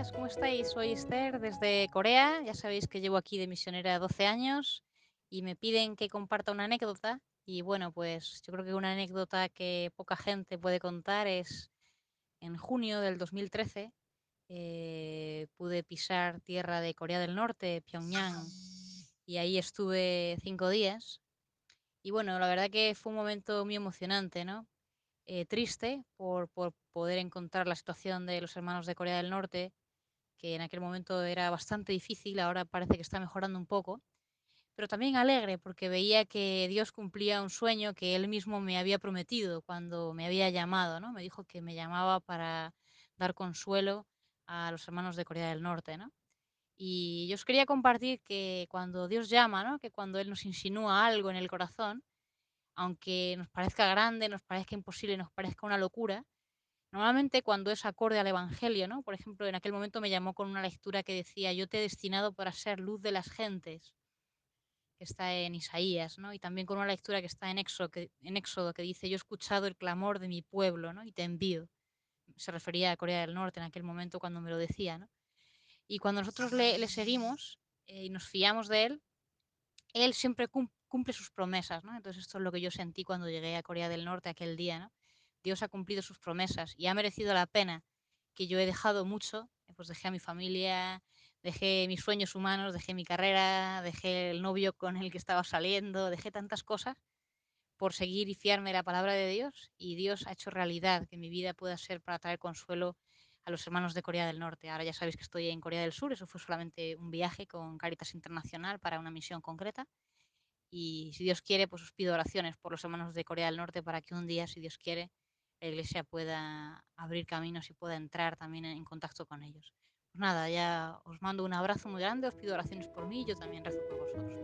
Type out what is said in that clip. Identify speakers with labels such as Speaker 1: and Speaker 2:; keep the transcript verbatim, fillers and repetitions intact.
Speaker 1: días, ¿cómo estáis? Soy Esther desde Corea. Ya sabéis que llevo aquí de misionera doce años y me piden que comparta una anécdota. Y bueno, pues yo creo que una anécdota que poca gente puede contar es en junio del dos mil trece eh, pude pisar tierra de Corea del Norte, Pyongyang, y ahí estuve cinco días. Y bueno, la verdad que fue un momento muy emocionante, ¿no? Eh, triste por, por poder encontrar la situación de los hermanos de Corea del Norte, que en aquel momento era bastante difícil, ahora parece que está mejorando un poco, pero también alegre porque veía que Dios cumplía un sueño que Él mismo me había prometido cuando me había llamado, ¿no? Me dijo que me llamaba para dar consuelo a los hermanos de Corea del Norte, ¿no? Y yo os quería compartir que cuando Dios llama, ¿no? Que cuando Él nos insinúa algo en el corazón, aunque nos parezca grande, nos parezca imposible, nos parezca una locura, normalmente cuando es acorde al Evangelio, ¿no? Por ejemplo, en aquel momento me llamó con una lectura que decía, yo te he destinado para ser luz de las gentes, que está en Isaías, ¿no? Y también con una lectura que está en Éxodo, que, en Éxodo, que dice, yo he escuchado el clamor de mi pueblo, ¿no? Y te envío. Se refería a Corea del Norte en aquel momento cuando me lo decía, ¿no? Y cuando nosotros le, le seguimos eh, y nos fiamos de él, él siempre cum- cumple sus promesas, ¿no? Entonces esto es lo que yo sentí cuando llegué a Corea del Norte aquel día, ¿no? Dios ha cumplido sus promesas y ha merecido la pena que yo he dejado mucho, eh, pues dejé a mi familia, dejé mis sueños humanos, dejé mi carrera, dejé el novio con el que estaba saliendo, dejé tantas cosas por seguir y fiarme de la palabra de Dios y Dios ha hecho realidad que mi vida pueda ser para traer consuelo a los hermanos de Corea del Norte. Ahora ya sabéis que estoy en Corea del Sur, eso fue solamente un viaje con Caritas Internacional para una misión concreta y si Dios quiere, pues os pido oraciones por los hermanos de Corea del Norte para que un día, si Dios quiere, la iglesia pueda abrir caminos y pueda entrar también en contacto con ellos. Pues nada, ya os mando un abrazo muy grande, os pido oraciones por mí y yo también rezo por vosotros.